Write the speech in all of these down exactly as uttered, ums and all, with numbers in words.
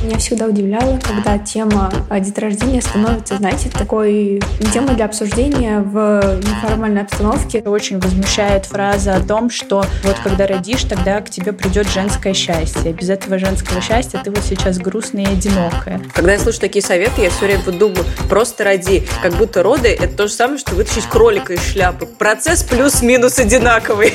меня всегда удивляло, когда тема деторождения становится, знаете, такой темой для обсуждения в неформальной обстановке. Очень возмущает фраза о том, что вот когда родишь, тогда к тебе придет женское счастье. Без этого женского счастья ты вот сейчас грустная и одинокая. Когда я слышу такие советы, я все время вот думаю, просто роди. Как будто роды — это то же самое, что вытащить кролика из шляпы. Процесс плюс-минус одинаковый.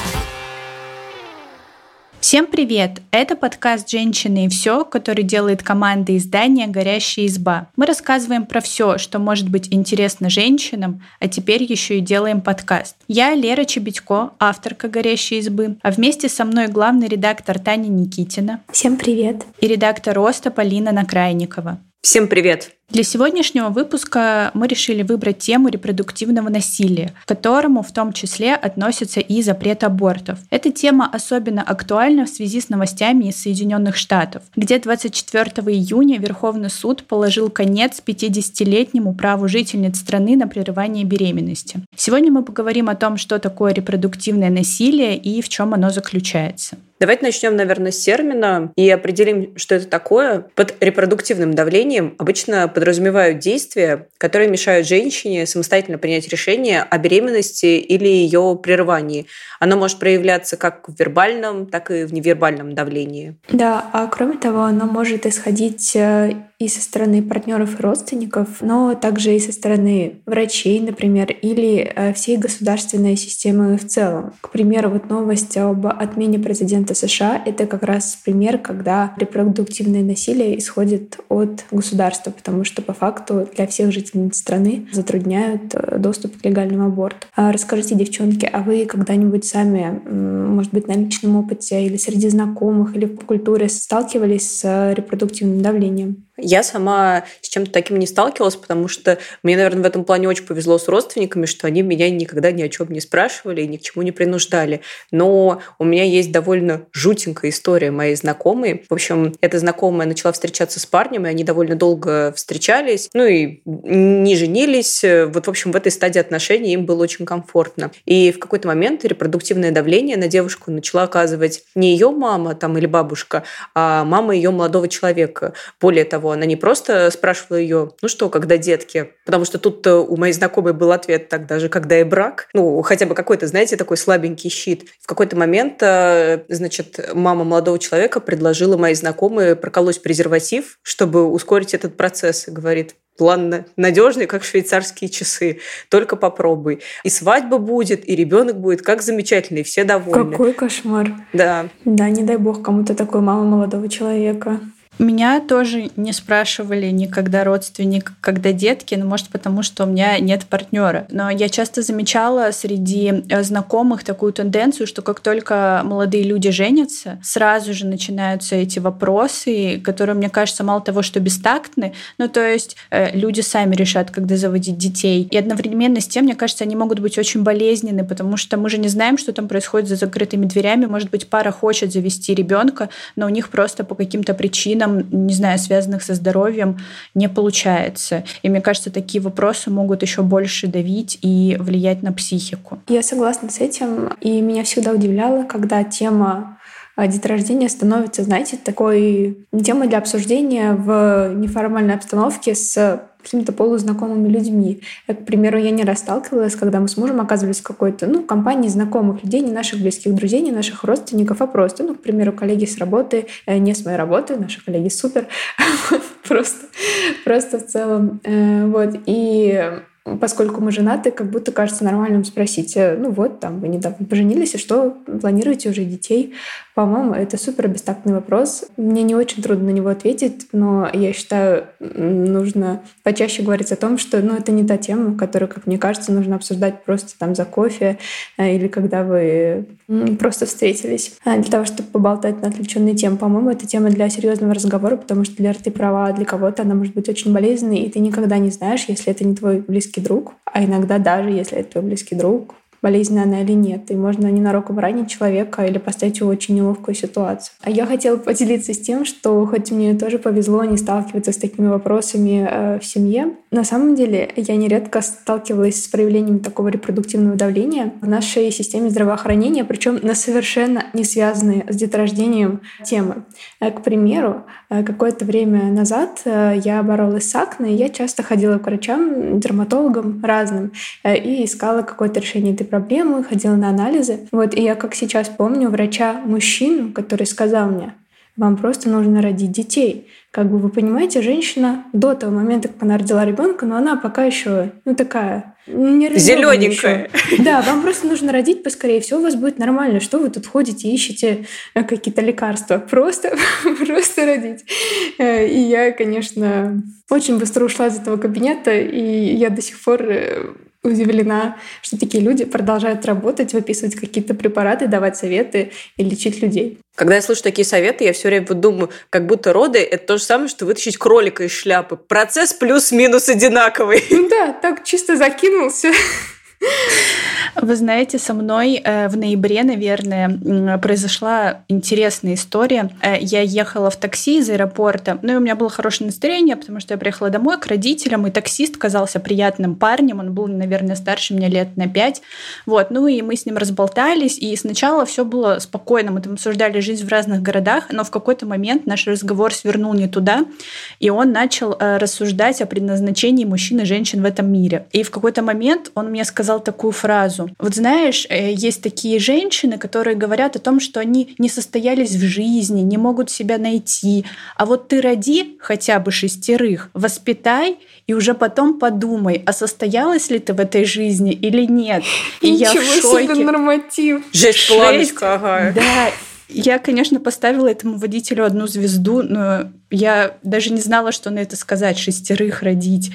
Всем привет! Это подкаст «Женщины и все», который делает команда издания «Горящая изба». Мы рассказываем про все, что может быть интересно женщинам, а теперь еще и делаем подкаст. Я Лера Чебедько, авторка «Горящей избы», а вместе со мной главный редактор Таня Никитина. Всем привет! И редактор «Роста» Полина Накрайникова. Всем привет! Для сегодняшнего выпуска мы решили выбрать тему репродуктивного насилия, к которому в том числе относится и запрет абортов. Эта тема особенно актуальна в связи с новостями из Соединенных Штатов, где двадцать четвёртого июня Верховный суд положил конец пятидесятилетнему праву жительниц страны на прерывание беременности. Сегодня мы поговорим о том, что такое репродуктивное насилие и в чем оно заключается. Давайте начнем, наверное, с термина и определим, что это такое. Под репродуктивным давлением обычно подразумевают действия, которые мешают женщине самостоятельно принять решение о беременности или ее прерывании. Оно может проявляться как в вербальном, так и в невербальном давлении. Да, а кроме того, оно может исходить и со стороны партнеров и родственников, но также и со стороны врачей, например, или всей государственной системы в целом. К примеру, вот новость об отмене президента США — это как раз пример, когда репродуктивное насилие исходит от государства, потому что по факту для всех жительниц страны затрудняют доступ к легальному аборту. А расскажите, девчонки, а вы когда-нибудь сами, может быть, на личном опыте или среди знакомых, или в культуре сталкивались с репродуктивным давлением? Я сама с чем-то таким не сталкивалась, потому что мне, наверное, в этом плане очень повезло с родственниками, что они меня никогда ни о чем не спрашивали и ни к чему не принуждали. Но у меня есть довольно жутенькая история моей знакомой. В общем, эта знакомая начала встречаться с парнем, и они довольно долго встречались, ну и не женились. Вот, в общем, в этой стадии отношений им было очень комфортно. И в какой-то момент репродуктивное давление на девушку начала оказывать не ее мама там, или бабушка, а мама ее молодого человека. Более того, она не просто спрашивала ее, ну что, когда детки? Потому что тут у моей знакомой был ответ так даже, когда и брак. Ну, хотя бы какой-то, знаете, такой слабенький щит. В какой-то момент, значит, мама молодого человека предложила моей знакомой проколоть презерватив, чтобы ускорить этот процесс. И говорит: план надежный, как швейцарские часы. Только попробуй. И свадьба будет, и ребенок будет. Как замечательно, и все довольны. Какой кошмар. Да. Да, не дай бог кому-то такой мама молодого человека. Меня тоже не спрашивали никогда родственник, когда детки, ну, может, потому что у меня нет партнера. Но я часто замечала среди знакомых такую тенденцию, что как только молодые люди женятся, сразу же начинаются эти вопросы, которые, мне кажется, мало того, что бестактны, ну, то есть люди сами решат, когда заводить детей. И одновременно с тем, мне кажется, они могут быть очень болезненны, потому что мы же не знаем, что там происходит за закрытыми дверями. Может быть, пара хочет завести ребенка, но у них просто по каким-то причинам, не знаю, связанных со здоровьем, не получается. И мне кажется, такие вопросы могут еще больше давить и влиять на психику. Я согласна с этим. И меня всегда удивляло, когда тема деторождения становится, знаете, такой темой для обсуждения в неформальной обстановке с какими-то полузнакомыми людьми. К примеру, я не раз сталкивалась, когда мы с мужем оказывались в какой-то, ну, компании знакомых людей, не наших близких друзей, не наших родственников, а просто, ну, к примеру, коллеги с работы, не с моей работы, наши коллеги супер, просто, просто в целом. Вот. И поскольку мы женаты, как будто кажется нормальным спросить: ну вот, там, вы недавно поженились, и что, планируете уже детей? По-моему, это супер бестактный вопрос. Мне не очень трудно на него ответить, но я считаю, нужно почаще говорить о том, что, ну, это не та тема, которую, как мне кажется, нужно обсуждать просто там за кофе или когда вы просто встретились для того, чтобы поболтать на отвлеченные темы. По-моему, это тема для серьезного разговора, потому что, Лер, ты права, для кого-то она может быть очень болезненной, и ты никогда не знаешь, если это не твой близкий друг, а иногда даже если это твой близкий друг, болезненная она или нет. И можно ненароком ранить человека или поставить его в очень неловкую ситуацию. А я хотела поделиться с тем, что хоть мне тоже повезло не сталкиваться с такими вопросами э, в семье, на самом деле я нередко сталкивалась с проявлением такого репродуктивного давления в нашей системе здравоохранения, причем на совершенно не связанные с деторождением темы. Э, к примеру, э, какое-то время назад э, я боролась с акне, и я часто ходила к врачам, дерматологам разным э, и искала какое-то решение этой проблемы, ходила на анализы. Вот, и я, как сейчас помню, врача-мужчину, который сказал мне: вам просто нужно родить детей. Как бы вы понимаете, женщина до того момента, как она родила ребенка, но она пока еще, ну, такая не зелененькая. Да, вам просто нужно родить поскорее, все у вас будет нормально. Что вы тут ходите, ищете какие-то лекарства? Просто, просто родить. И я, конечно, очень быстро ушла из этого кабинета, и я до сих пор удивлена, что такие люди продолжают работать, выписывать какие-то препараты, давать советы и лечить людей. Когда я слышу такие советы, я все время думаю, как будто роды — это то же самое, что вытащить кролика из шляпы. Процесс плюс-минус одинаковый. Да, так чисто закинулся. Вы знаете, со мной э, в ноябре, наверное, произошла интересная история. Э, я ехала в такси из аэропорта, ну и у меня было хорошее настроение, потому что я приехала домой к родителям, и таксист казался приятным парнем, он был, наверное, старше меня лет на пять. Вот, ну и мы с ним разболтались, и сначала все было спокойно, мы там обсуждали жизнь в разных городах, но в какой-то момент наш разговор свернул не туда, и он начал э, рассуждать о предназначении мужчин и женщин в этом мире. И в какой-то момент он мне сказал такую фразу: вот знаешь, есть такие женщины, которые говорят о том, что они не состоялись в жизни, не могут себя найти. А вот ты роди хотя бы шестерых, воспитай, и уже потом подумай, а состоялась ли ты в этой жизни или нет. И Ничего я в шоке. себе норматив. Жесть, планочка, ага. Да. Я, конечно, поставила этому водителю одну звезду, но я даже не знала, что на это сказать: шестерых родить.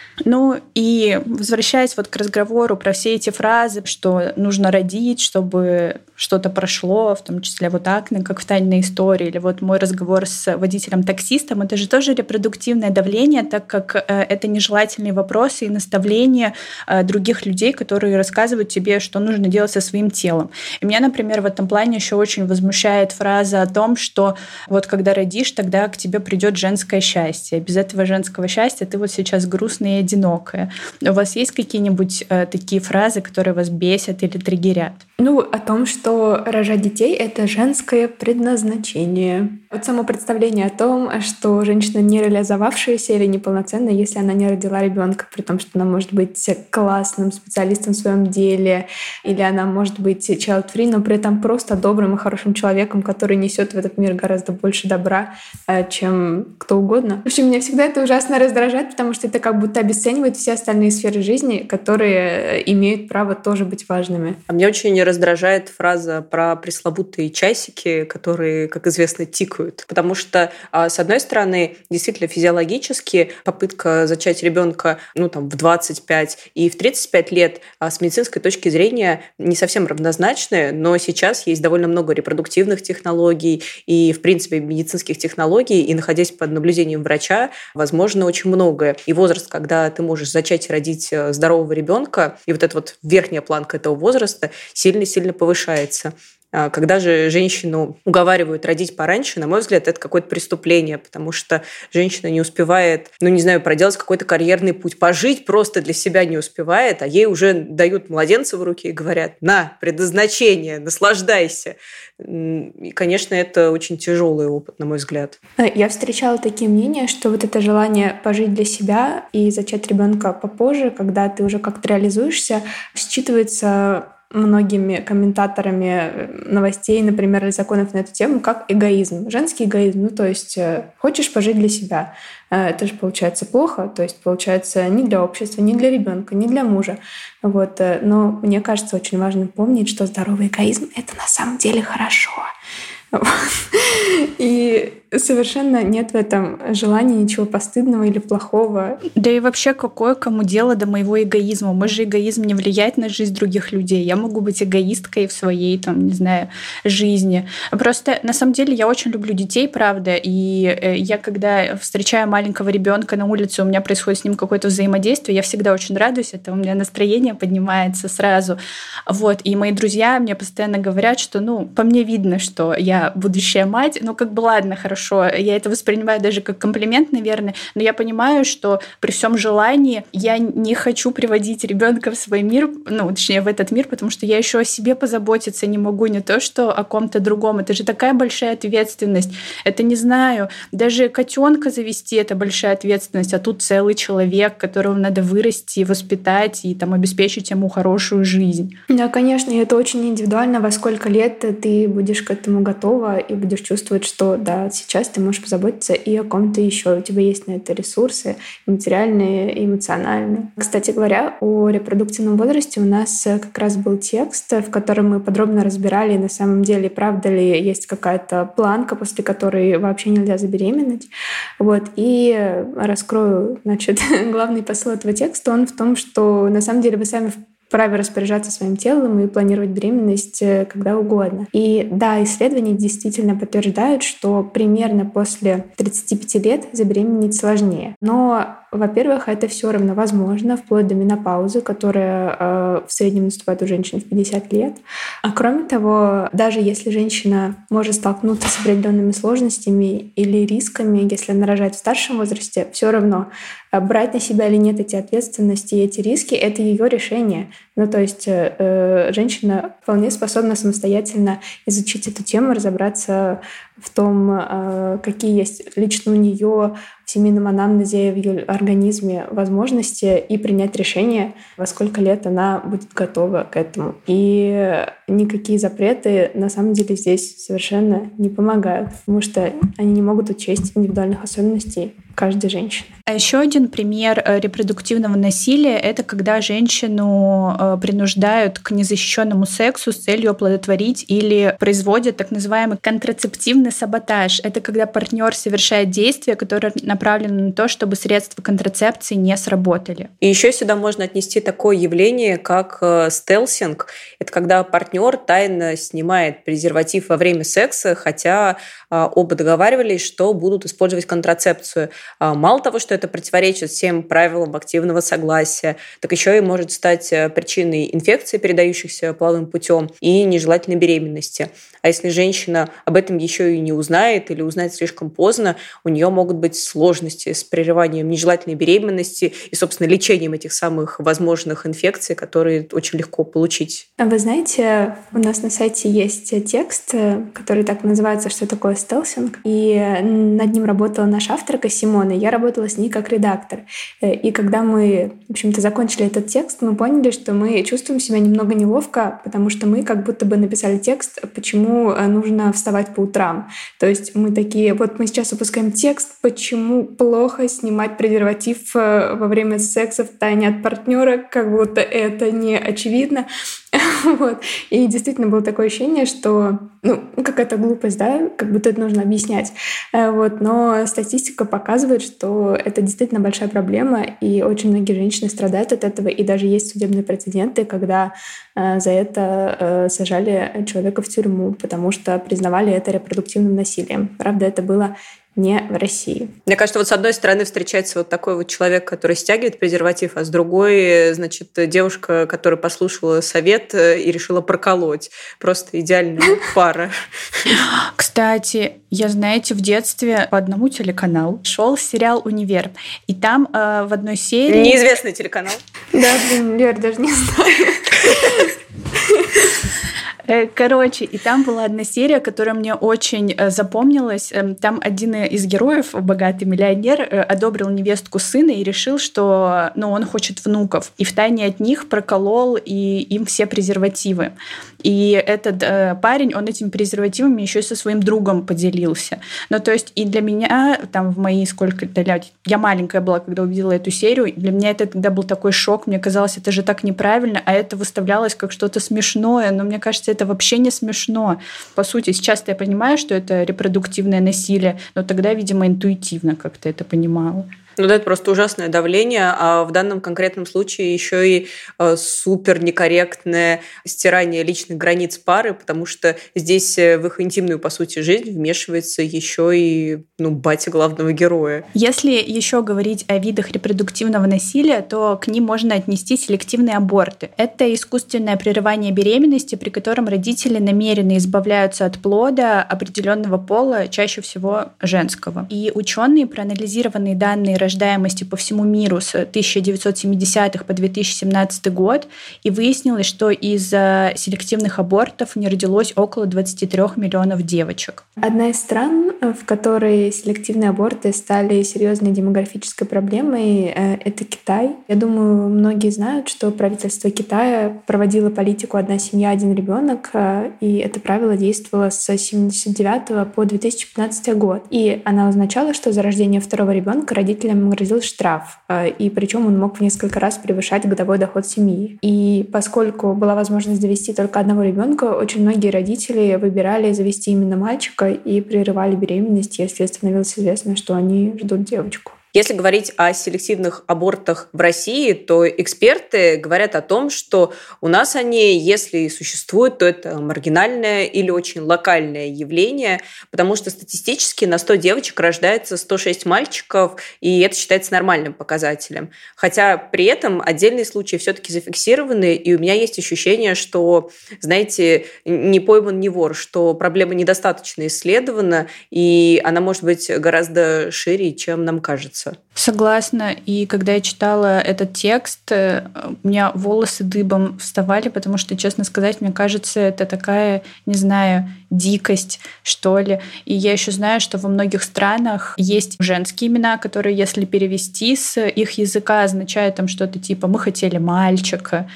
Ну и возвращаясь вот к разговору про все эти фразы, что нужно родить, чтобы что-то прошло, в том числе вот акне, как в «Таниной истории», или вот мой разговор с водителем-таксистом, это же тоже репродуктивное давление, так как это нежелательные вопросы и наставления других людей, которые рассказывают тебе, что нужно делать со своим телом. И меня, например, в этом плане еще очень возмущает фраза о том, что вот когда родишь, тогда к тебе придет женское счастье. Без этого женского счастья ты вот сейчас грустная и одинокая. У вас есть какие-нибудь э, такие фразы, которые вас бесят или триггерят? Ну, о том, что рожать детей — это женское предназначение. Вот само представление о том, что женщина не реализовавшаяся или неполноценная, если она не родила ребенка, при том, что она может быть классным специалистом в своем деле, или она может быть child-free, но при этом просто добрым и хорошим человеком, который несет в этот мир гораздо больше добра, чем кто угодно. В общем, меня всегда это ужасно раздражает, потому что это как будто обесценивает все остальные сферы жизни, которые имеют право тоже быть важными. А мне очень раздражает фраза про пресловутые часики, которые, как известно, тикают. Потому что, с одной стороны, действительно физиологически попытка зачать ребенка, ну, там, в двадцать пять и в тридцать пять лет с медицинской точки зрения не совсем равнозначны, но сейчас есть довольно много репродуктивных технологий и, в принципе, медицинских технологий, и, находясь под наблюдением врача, возможно очень многое. И возраст, когда ты можешь зачать и родить здорового ребенка, и вот эта вот верхняя планка этого возраста сильно-сильно повышается. Когда же женщину уговаривают родить пораньше, на мой взгляд, это какое-то преступление, потому что женщина не успевает, ну, не знаю, проделать какой-то карьерный путь, пожить просто для себя не успевает, а ей уже дают младенца в руки и говорят: на, предназначение, наслаждайся. И, конечно, это очень тяжелый опыт, на мой взгляд. Я встречала такие мнения, что вот это желание пожить для себя и зачать ребенка попозже, когда ты уже как-то реализуешься, считывается многими комментаторами новостей, например, или законов на эту тему, как эгоизм. Женский эгоизм. Ну, то есть хочешь пожить для себя. Это же получается плохо. То есть получается не для общества, не для ребенка, не для мужа. Вот. Но мне кажется, очень важно помнить, что здоровый эгоизм — это на самом деле хорошо. И совершенно нет в этом желания ничего постыдного или плохого. Да и вообще, какое кому дело до моего эгоизма? Мой же эгоизм не влияет на жизнь других людей. Я могу быть эгоисткой в своей, там, не знаю, жизни. Просто, на самом деле, я очень люблю детей, правда, и я, когда встречаю маленького ребенка на улице, у меня происходит с ним какое-то взаимодействие, я всегда очень радуюсь, это у меня настроение поднимается сразу. Вот. И мои друзья мне постоянно говорят, что, ну, по мне видно, что я будущая мать, ну, как бы, ладно, хорошо, я это воспринимаю даже как комплимент, наверное, но я понимаю, что при всем желании я не хочу приводить ребенка в свой мир, ну, точнее, в этот мир, потому что я еще о себе позаботиться не могу, не то, что о ком-то другом. Это же такая большая ответственность. Это, не знаю, даже котенка завести — это большая ответственность, а тут целый человек, которого надо вырасти, воспитать и там обеспечить ему хорошую жизнь. Да, конечно, и это очень индивидуально, во сколько лет ты будешь к этому готова и будешь чувствовать, что да, сейчас ты можешь позаботиться и о ком-то еще. У тебя есть на это ресурсы материальные и эмоциональные. Кстати говоря, о репродуктивном возрасте у нас как раз был текст, в котором мы подробно разбирали, на самом деле, правда ли есть какая-то планка, после которой вообще нельзя забеременеть. Вот. И раскрою, значит, главный посыл этого текста, он в том, что на самом деле вы сами вправе распоряжаться своим телом и планировать беременность когда угодно. И да, исследования действительно подтверждают, что примерно после тридцати пяти лет забеременеть сложнее. Но, во-первых, это все равно возможно, вплоть до менопаузы, которая э, в среднем наступает у женщин в пятьдесят лет. А кроме того, даже если женщина может столкнуться с определенными сложностями или рисками, если она рожает в старшем возрасте, все равно брать на себя или нет эти ответственности и эти риски — это ее решение. Ну, то есть э, женщина вполне способна самостоятельно изучить эту тему, разобраться в том, э, какие есть лично у нее в семейном анамнезе, в ее организме возможности, и принять решение, во сколько лет она будет готова к этому. И никакие запреты на самом деле здесь совершенно не помогают, потому что они не могут учесть индивидуальных особенностей каждой женщины. А еще один пример репродуктивного насилия — это когда женщину принуждают к незащищенному сексу с целью оплодотворить или производят так называемый контрацептивный саботаж. Это когда партнер совершает действия, которые направлены на то, чтобы средства контрацепции не сработали. И еще сюда можно отнести такое явление, как стелсинг. Это когда партнер тайно снимает презерватив во время секса, хотя оба договаривались, что будут использовать контрацепцию. Мало того, что это противоречит всем правилам активного согласия, так еще и может стать причиной инфекций, передающихся половым путем, и нежелательной беременности. А если женщина об этом еще и не узнает или узнает слишком поздно, у нее могут быть сложности с прерыванием нежелательной беременности и, собственно, лечением этих самых возможных инфекций, которые очень легко получить. А вы знаете, у нас на сайте есть текст, который так называется «Что такое стелсинг?», и над ним работала наша авторка Симона. Я работала с ней как редактор. И когда мы, в общем-то, закончили этот текст, мы поняли, что мы чувствуем себя немного неловко, потому что мы как будто бы написали текст, почему нужно вставать по утрам. То есть мы такие, вот мы сейчас выпускаем текст, почему плохо снимать презерватив во время секса в тайне от партнера, как будто это не очевидно. Вот. И действительно было такое ощущение, что ну, какая-то глупость, да, как будто это нужно объяснять. Вот. Но статистика показывает, что это действительно большая проблема, и очень многие женщины страдают от этого, и даже есть судебные прецеденты, когда за это сажали человека в тюрьму, потому что признавали это репродуктивным насилием. Правда, это было не в России. Мне кажется, вот с одной стороны встречается вот такой вот человек, который стягивает презерватив, а с другой, значит, девушка, которая послушала совет и решила проколоть. Просто идеальная пара. Кстати, я, знаете, в детстве по одному телеканалу шел сериал «Универ». И там э, в одной серии... Неизвестный телеканал. Да, блин, Лер, даже не знаю. Короче, и там была одна серия, которая мне очень запомнилась. Там один из героев, богатый миллионер, одобрил невестку сына и решил, что ну, он хочет внуков. И втайне от них проколол и им все презервативы. И этот э, парень, он этими презервативами еще и со своим другом поделился. Ну, то есть и для меня, там, в мои сколько-то лет, я маленькая была, когда увидела эту серию, и для меня это тогда был такой шок. Мне казалось, это же так неправильно, а это выставлялось как что-то смешное. Но мне кажется, это это вообще не смешно. По сути, сейчас я понимаю, что это репродуктивное насилие, но тогда, видимо, интуитивно как-то это понимала. Ну да, это просто ужасное давление, а в данном конкретном случае еще и э, супер некорректное стирание личных границ пары, потому что здесь в их интимную, по сути, жизнь вмешивается еще и ну, батя главного героя. Если еще говорить о видах репродуктивного насилия, то к ним можно отнести селективные аборты. Это искусственное прерывание беременности, при котором родители намеренно избавляются от плода определенного пола, чаще всего женского. И ученые, проанализированные данные рождаемости по всему миру с тысяча девятьсот семидесятых по две тысячи семнадцатый год, и выяснилось, что из-за селективных абортов не родилось около двадцать три миллионов девочек. Одна из стран, в которой селективные аборты стали серьезной демографической проблемой, это Китай. Я думаю, многие знают, что правительство Китая проводило политику «одна семья, один ребенок», и это правило действовало с семьдесят девятого по две тысячи пятнадцатый год. И она означала, что за рождение второго ребенка родителям грозил штраф, и причем он мог в несколько раз превышать годовой доход семьи. И поскольку была возможность завести только одного ребенка, очень многие родители выбирали завести именно мальчика и прерывали беременность, если становилось известно, что они ждут девочку. Если говорить о селективных абортах в России, то эксперты говорят о том, что у нас они, если и существуют, то это маргинальное или очень локальное явление, потому что статистически на сто девочек рождается сто шесть мальчиков, и это считается нормальным показателем. Хотя при этом отдельные случаи все-таки зафиксированы, и у меня есть ощущение, что, знаете, не пойман не вор, что проблема недостаточно исследована, и она может быть гораздо шире, чем нам кажется. Согласна. И когда я читала этот текст, у меня волосы дыбом вставали, потому что, честно сказать, мне кажется, это такая, не знаю, дикость, что ли. И я еще знаю, что во многих странах есть женские имена, которые, если перевести с их языка, означают там что-то типа «мы хотели мальчика».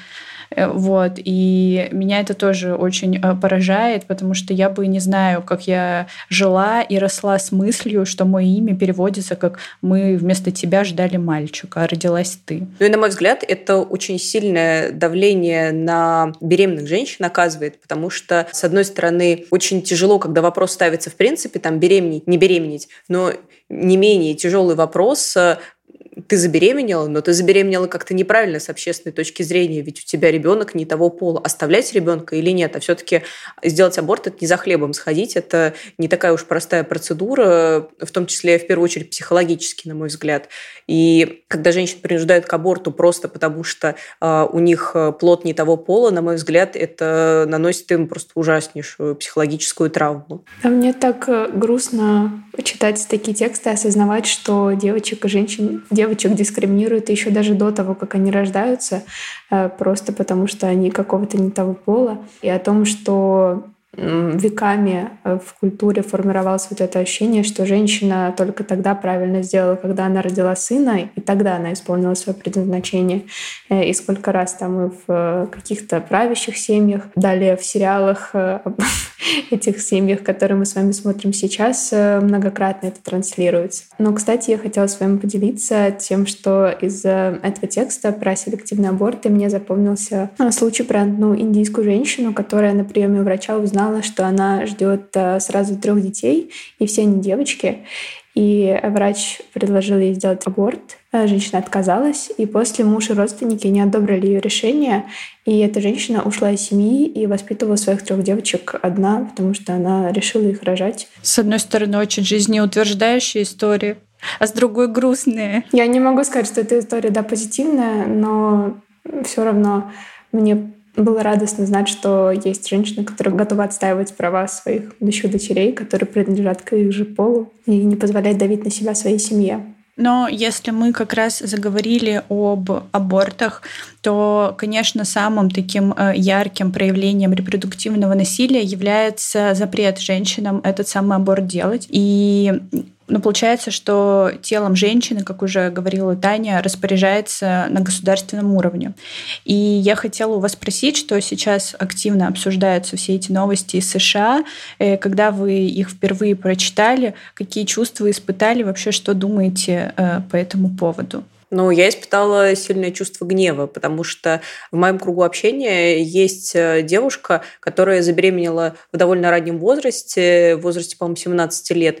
Вот. И меня это тоже очень поражает, потому что я бы не знаю, как я жила и росла с мыслью, что мое имя переводится как «мы вместо тебя ждали мальчика, а родилась ты». Ну и, на мой взгляд, это очень сильное давление на беременных женщин оказывает, потому что, с одной стороны, очень тяжело, когда вопрос ставится в принципе, там, беременеть, не беременеть, но не менее тяжелый вопрос – ты забеременела, но ты забеременела как-то неправильно с общественной точки зрения, ведь у тебя ребенок не того пола. Оставлять ребенка или нет? А все-таки сделать аборт – это не за хлебом сходить, это не такая уж простая процедура, в том числе, в первую очередь, психологически, на мой взгляд. И когда женщин принуждают к аборту просто потому, что э, у них плод не того пола, на мой взгляд, это наносит им просто ужаснейшую психологическую травму. А мне так грустно читать такие тексты, осознавать, что девочек и женщин девочек дискриминируют еще даже до того, как они рождаются, просто потому что они какого-то не того пола. И о том, что веками в культуре формировалось вот это ощущение, что женщина только тогда правильно сделала, когда она родила сына, и тогда она исполнила свое предназначение. И сколько раз там и в каких-то правящих семьях, далее в сериалах, этих семьях, которые мы с вами смотрим сейчас, многократно это транслируется. Но, кстати, я хотела с вами поделиться тем, что из этого текста про селективные аборты мне запомнился случай про одну индийскую женщину, которая на приеме у врача узнала, что она ждет сразу трех детей, и все они девочки. И врач предложил ей сделать аборт. Женщина отказалась, и после муж и родственники не одобрили ее решение. И эта женщина ушла из семьи и воспитывала своих трех девочек одна, потому что она решила их рожать. С одной стороны, очень жизнеутверждающая история, а с другой грустная. Я не могу сказать, что эта история, да, позитивная, но все равно мне было радостно знать, что есть женщины, которые готовы отстаивать права своих будущих дочерей, которые принадлежат к их же полу, и не позволять давить на себя своей семье. Но если мы как раз заговорили об абортах, то, конечно, самым таким ярким проявлением репродуктивного насилия является запрет женщинам этот самый аборт делать. И Но получается, что телом женщины, как уже говорила Таня, распоряжается на государственном уровне. И я хотела у вас спросить, что сейчас активно обсуждаются все эти новости из США. Когда вы их впервые прочитали, какие чувства испытали, вообще что думаете по этому поводу? Но я испытала сильное чувство гнева, потому что в моем кругу общения есть девушка, которая забеременела в довольно раннем возрасте, в возрасте, по-моему, семнадцати лет.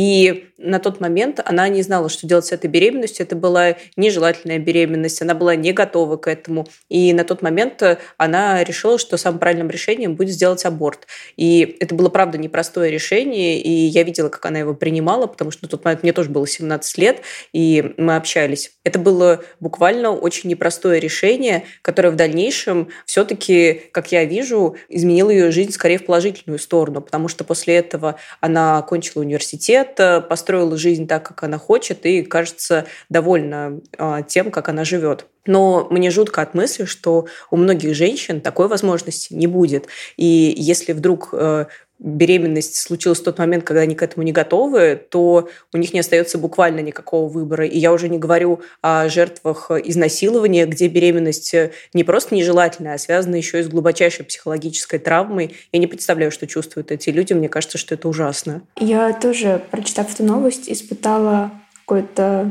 И на тот момент она не знала, что делать с этой беременностью. Это была нежелательная беременность, она была не готова к этому. И на тот момент она решила, что самым правильным решением будет сделать аборт. И это было, правда, непростое решение, и я видела, как она его принимала, потому что на тот момент мне тоже было семнадцать лет, и мы общались. Это было буквально очень непростое решение, которое в дальнейшем все-таки, как я вижу, изменило ее жизнь скорее в положительную сторону, потому что после этого она окончила университет, построила жизнь так, как она хочет, и, кажется, довольна тем, как она живет. Но мне жутко от мысли, что у многих женщин такой возможности не будет. И если вдруг беременность случилась в тот момент, когда они к этому не готовы, то у них не остается буквально никакого выбора. И я уже не говорю о жертвах изнасилования, где беременность не просто нежелательная, а связана еще и с глубочайшей психологической травмой. Я не представляю, что чувствуют эти люди. Мне кажется, что это ужасно. Я тоже, прочитав эту новость, испытала какое-то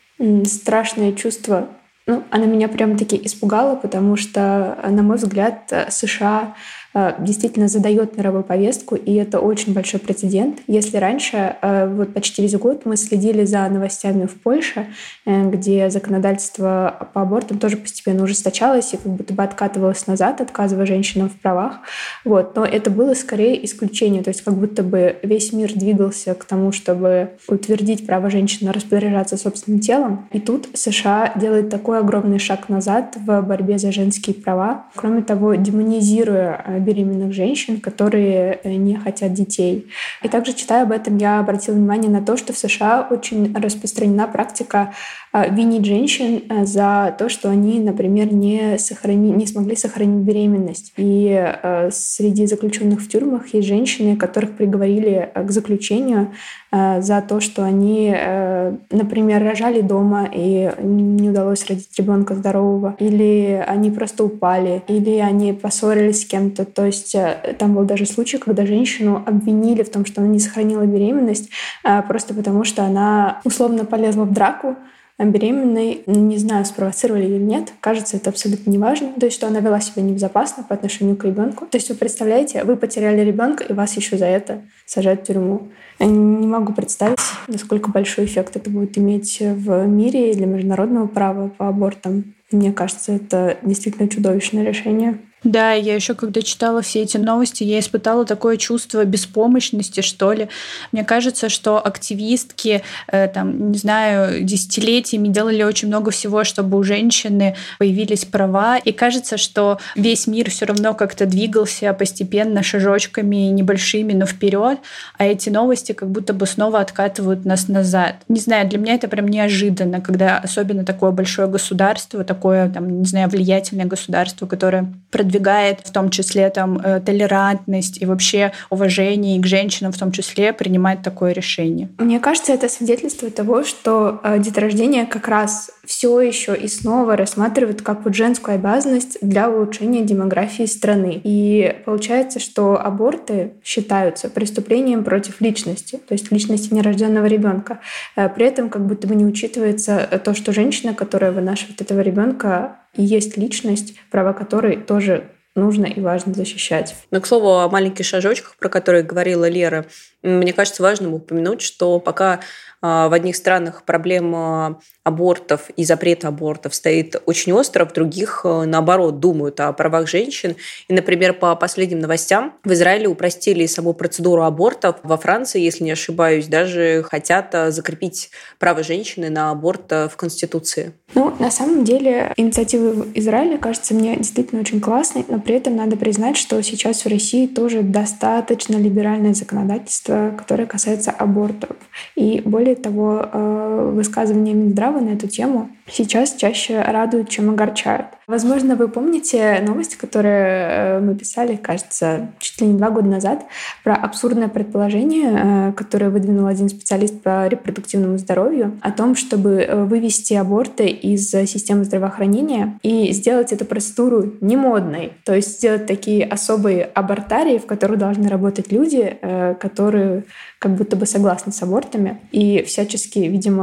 страшное чувство. Ну, она меня прям-таки испугала, потому что, на мой взгляд, США действительно задает мировую повестку, и это очень большой прецедент. Если раньше, вот почти весь год, мы следили за новостями в Польше, где законодательство по абортам тоже постепенно ужесточалось и как будто бы откатывалось назад, отказывая женщинам в правах. Вот. Но это было скорее исключение, то есть как будто бы весь мир двигался к тому, чтобы утвердить право женщины распоряжаться собственным телом. И тут США делает такой огромный шаг назад в борьбе за женские права, кроме того, демонизируя беременных женщин, которые не хотят детей. И также, читая об этом, я обратила внимание на то, что в США очень распространена практика винить женщин за то, что они, например, не, сохрани... не смогли сохранить беременность. И среди заключенных в тюрьмах есть женщины, которых приговорили к заключению за то, что они, например, рожали дома и не удалось родить ребенка здорового, или они просто упали, или они поссорились с кем-то. То есть там был даже случай, когда женщину обвинили в том, что она не сохранила беременность, просто потому что она условно полезла в драку беременной, не знаю, спровоцировали или нет, кажется, это абсолютно неважно, то есть что она вела себя небезопасно по отношению к ребенку. То есть вы представляете, вы потеряли ребенка, и вас еще за это сажают в тюрьму. Я не могу представить, насколько большой эффект это будет иметь в мире для международного права по абортам. Мне кажется, это действительно чудовищное решение. Да, я еще когда читала все эти новости, я испытала такое чувство беспомощности, что ли. Мне кажется, что активистки, э, там, не знаю, десятилетиями делали очень много всего, чтобы у женщины появились права. И кажется, что весь мир все равно как-то двигался постепенно, шажочками небольшими, но вперед, а эти новости как будто бы снова откатывают нас назад. Не знаю, для меня это прям неожиданно, когда особенно такое большое государство, такое, там, не знаю, влиятельное государство, которое продвигает в том числе там, толерантность и вообще уважение и к женщинам в том числе принимает такое решение. Мне кажется, это свидетельство того, что деторождение как раз все еще и снова рассматривают как вот женскую обязанность для улучшения демографии страны. И получается, что аборты считаются преступлением против личности, то есть личности нерожденного ребенка. При этом как будто бы не учитывается то, что женщина, которая вынашивает этого ребенка, и есть личность, права которой тоже нужно и важно защищать. Но, к слову, о маленьких шажочках, про которые говорила Лера, мне кажется важным упомянуть, что пока в одних странах проблема абортов и запрета абортов стоит очень остро, в других, наоборот, думают о правах женщин. И, например, по последним новостям в Израиле упростили саму процедуру абортов. Во Франции, если не ошибаюсь, даже хотят закрепить право женщины на аборт в Конституции. Ну, на самом деле, инициатива в Израиле кажется мне действительно очень классной, но при этом надо признать, что сейчас в России тоже достаточно либеральное законодательство, которое касается абортов. И более того, высказывания Минздрава на эту тему сейчас чаще радуют, чем огорчают. Возможно, вы помните новости, которые мы писали, кажется, чуть ли не два года назад, про абсурдное предположение, которое выдвинул один специалист по репродуктивному здоровью, о том, чтобы вывести аборты из системы здравоохранения и сделать эту процедуру немодной, то есть сделать такие особые абортарии, в которых должны работать люди, которые как будто бы согласны с абортами, и всячески, видимо,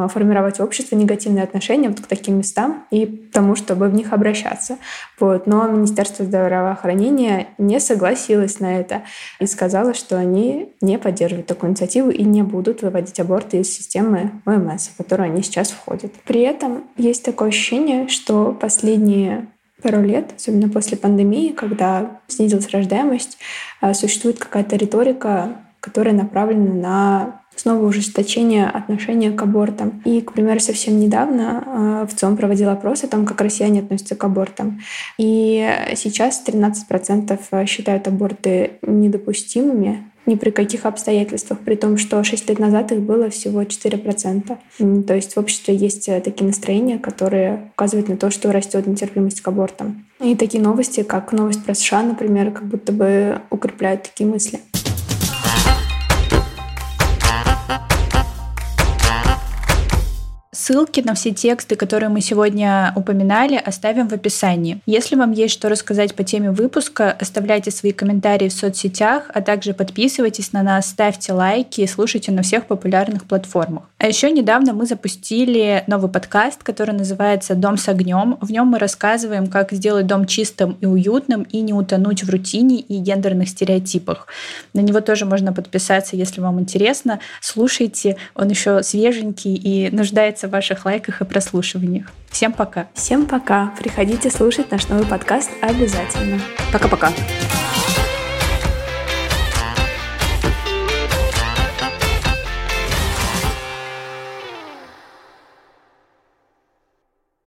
формировать общество, негативные отношения вот к таким местам и тому, чтобы в них обращаться. Вот. Но Министерство здравоохранения не согласилось на это и сказало, что они не поддерживают такую инициативу и не будут выводить аборты из системы ОМС, в которую они сейчас входят. При этом есть такое ощущение, что последние пару лет, особенно после пандемии, когда снизилась рождаемость, существует какая-то риторика, которая направлена на снова ужесточение отношения к абортам. И, к примеру, совсем недавно в ЦИОМ проводил опрос о том, как россияне относятся к абортам. И сейчас тринадцать процентов считают аборты недопустимыми ни при каких обстоятельствах, при том, что шесть лет назад их было всего четыре процента. То есть в обществе есть такие настроения, которые указывают на то, что растет нетерпимость к абортам. И такие новости, как новость про США, например, как будто бы укрепляют такие мысли. Ссылки на все тексты, которые мы сегодня упоминали, оставим в описании. Если вам есть что рассказать по теме выпуска, оставляйте свои комментарии в соцсетях, а также подписывайтесь на нас, ставьте лайки и слушайте на всех популярных платформах. А еще недавно мы запустили новый подкаст, который называется «Дом с огнем». В нем мы рассказываем, как сделать дом чистым и уютным и не утонуть в рутине и гендерных стереотипах. На него тоже можно подписаться, если вам интересно. Слушайте, он еще свеженький и нуждается в ваших лайках и прослушиваниях. Всем пока. Всем пока. Приходите слушать наш новый подкаст обязательно. Пока-пока.